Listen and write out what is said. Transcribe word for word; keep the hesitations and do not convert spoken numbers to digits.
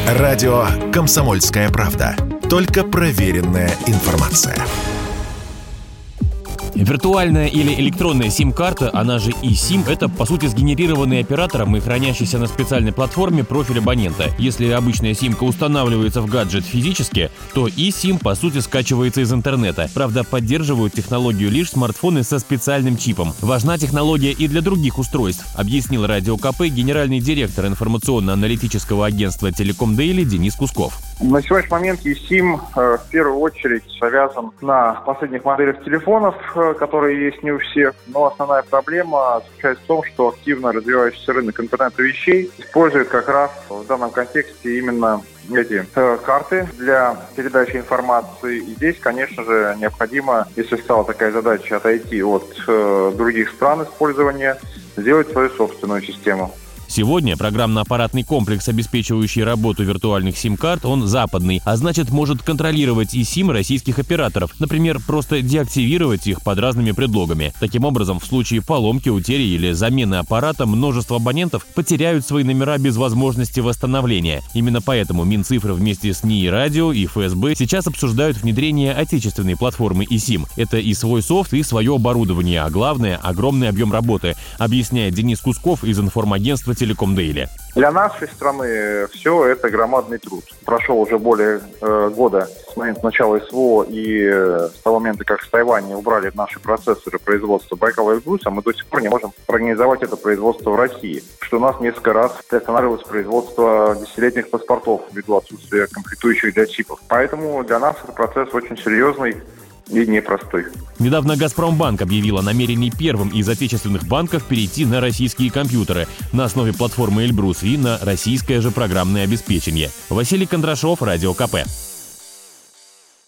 Радио «Комсомольская правда». Только проверенная информация. Виртуальная или электронная сим-карта, она же eSIM, это по сути сгенерированный оператором и хранящийся на специальной платформе профиль абонента. Если обычная симка устанавливается в гаджет физически, то eSIM по сути скачивается из интернета. Правда, поддерживают технологию лишь смартфоны со специальным чипом. Важна технология и для других устройств, объяснил Радио КП генеральный директор информационно-аналитического агентства Telecom Daily Денис Кусков. На сегодняшний момент eSIM э, в первую очередь завязан на последних моделях телефонов, э, которые есть не у всех. Но основная проблема заключается в том, что активно развивающийся рынок интернета вещей использует как раз в данном контексте именно эти э, карты для передачи информации. И здесь, конечно же, необходимо, если стала такая задача, отойти от э, других стран использования, сделать свою собственную систему. Сегодня программно-аппаратный комплекс, обеспечивающий работу виртуальных сим-карт, он западный, а значит может контролировать eSIM российских операторов, например, просто деактивировать их под разными предлогами. Таким образом, в случае поломки, утери или замены аппарата множество абонентов потеряют свои номера без возможности восстановления. Именно поэтому Минцифры вместе с НИИ Радио и эф эс бэ сейчас обсуждают внедрение отечественной платформы eSIM. Это и свой софт, и свое оборудование, а главное – огромный объем работы, объясняет Денис Кусков из информагентства Telecom Daily. Для нашей страны все это громадный труд. Прошел уже более э, года с момента начала СВО и э, с того момента, как с Тайваня убрали наши процессоры производства Байкал и Эльбрус, а мы до сих пор не можем организовать это производство в России. Что у нас несколько раз приостанавливалось производство десятилетних паспортов ввиду отсутствия комплектующих для чипов. Поэтому для нас этот процесс очень серьезный и непростой. Недавно «Газпромбанк» объявил о намерении первым из отечественных банков перейти на российские компьютеры на основе платформы «Эльбрус» и на российское же программное обеспечение. Василий Кондрашов, Радио КП.